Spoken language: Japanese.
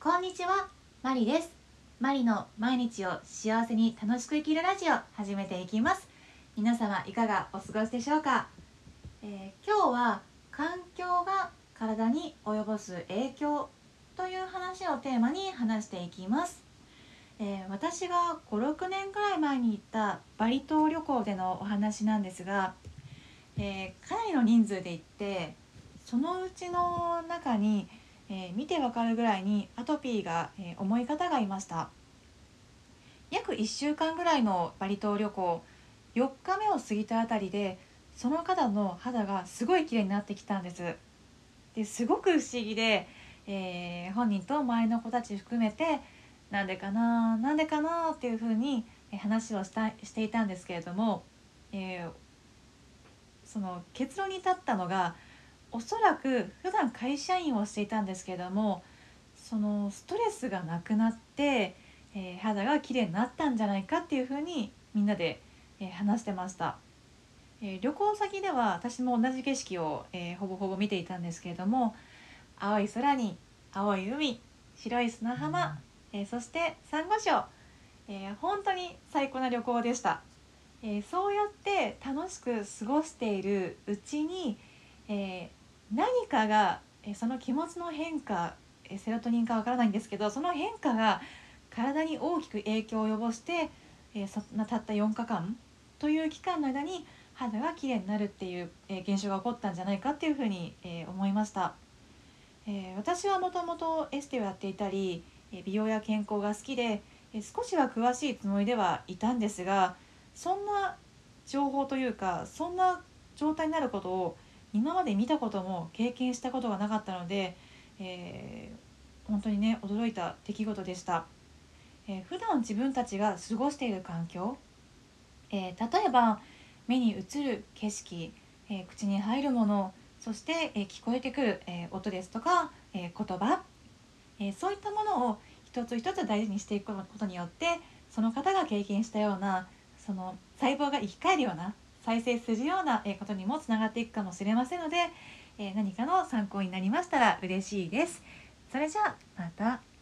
こんにちは、マリです。マリの毎日を幸せに楽しく生きるラジオ始めていきます。皆様いかがお過ごしでしょうか。今日は環境が体に及ぼす影響という話をテーマに話していきます。私が5、6年くらい前に行ったバリ島旅行でのお話なんですが、かなりの人数で行って、そのうちの中に見てわかるぐらいにアトピーが、重い方がいました。約1週間ぐらいのバリ島旅行、4日目を過ぎたあたりでその方の肌がすごい綺麗になってきたんです。ですごく不思議で、本人と周りの子たち含めてなんでかななんでかなっていうふうに話をしていたんですけれども、その結論に至ったのが、おそらく普段会社員をしていたんですけれども、そのストレスがなくなって、肌が綺麗になったんじゃないかっていうふうにみんなで、話してました。旅行先では私も同じ景色を、ほぼほぼ見ていたんですけれども、青い空に青い海、白い砂浜、そしてサンゴ礁、本当に最高な旅行でした。そうやって楽しく過ごしているうちに、何かが、その気持ちの変化、セロトニンかわからないんですけど、その変化が体に大きく影響を及ぼして、そんなたった4日間という期間の間に肌がきれいになるっていう、現象が起こったんじゃないかっていうふうに、思いました。私はもともとエステをやっていたり、美容や健康が好きで、少しは詳しいつもりではいたんですが、そんな情報というかそんな状態になることを今まで見たことも経験したことがなかったので、本当にね驚いた出来事でした。普段自分たちが過ごしている環境、例えば目に映る景色、口に入るもの、そして、聞こえてくる、音ですとか、言葉、そういったものを一つ一つ大事にしていくことによって、その方が経験したようなその細胞が生き返るような再生するようなことにもつながっていくかもしれませんので、何かの参考になりましたら嬉しいです。それじゃあまた。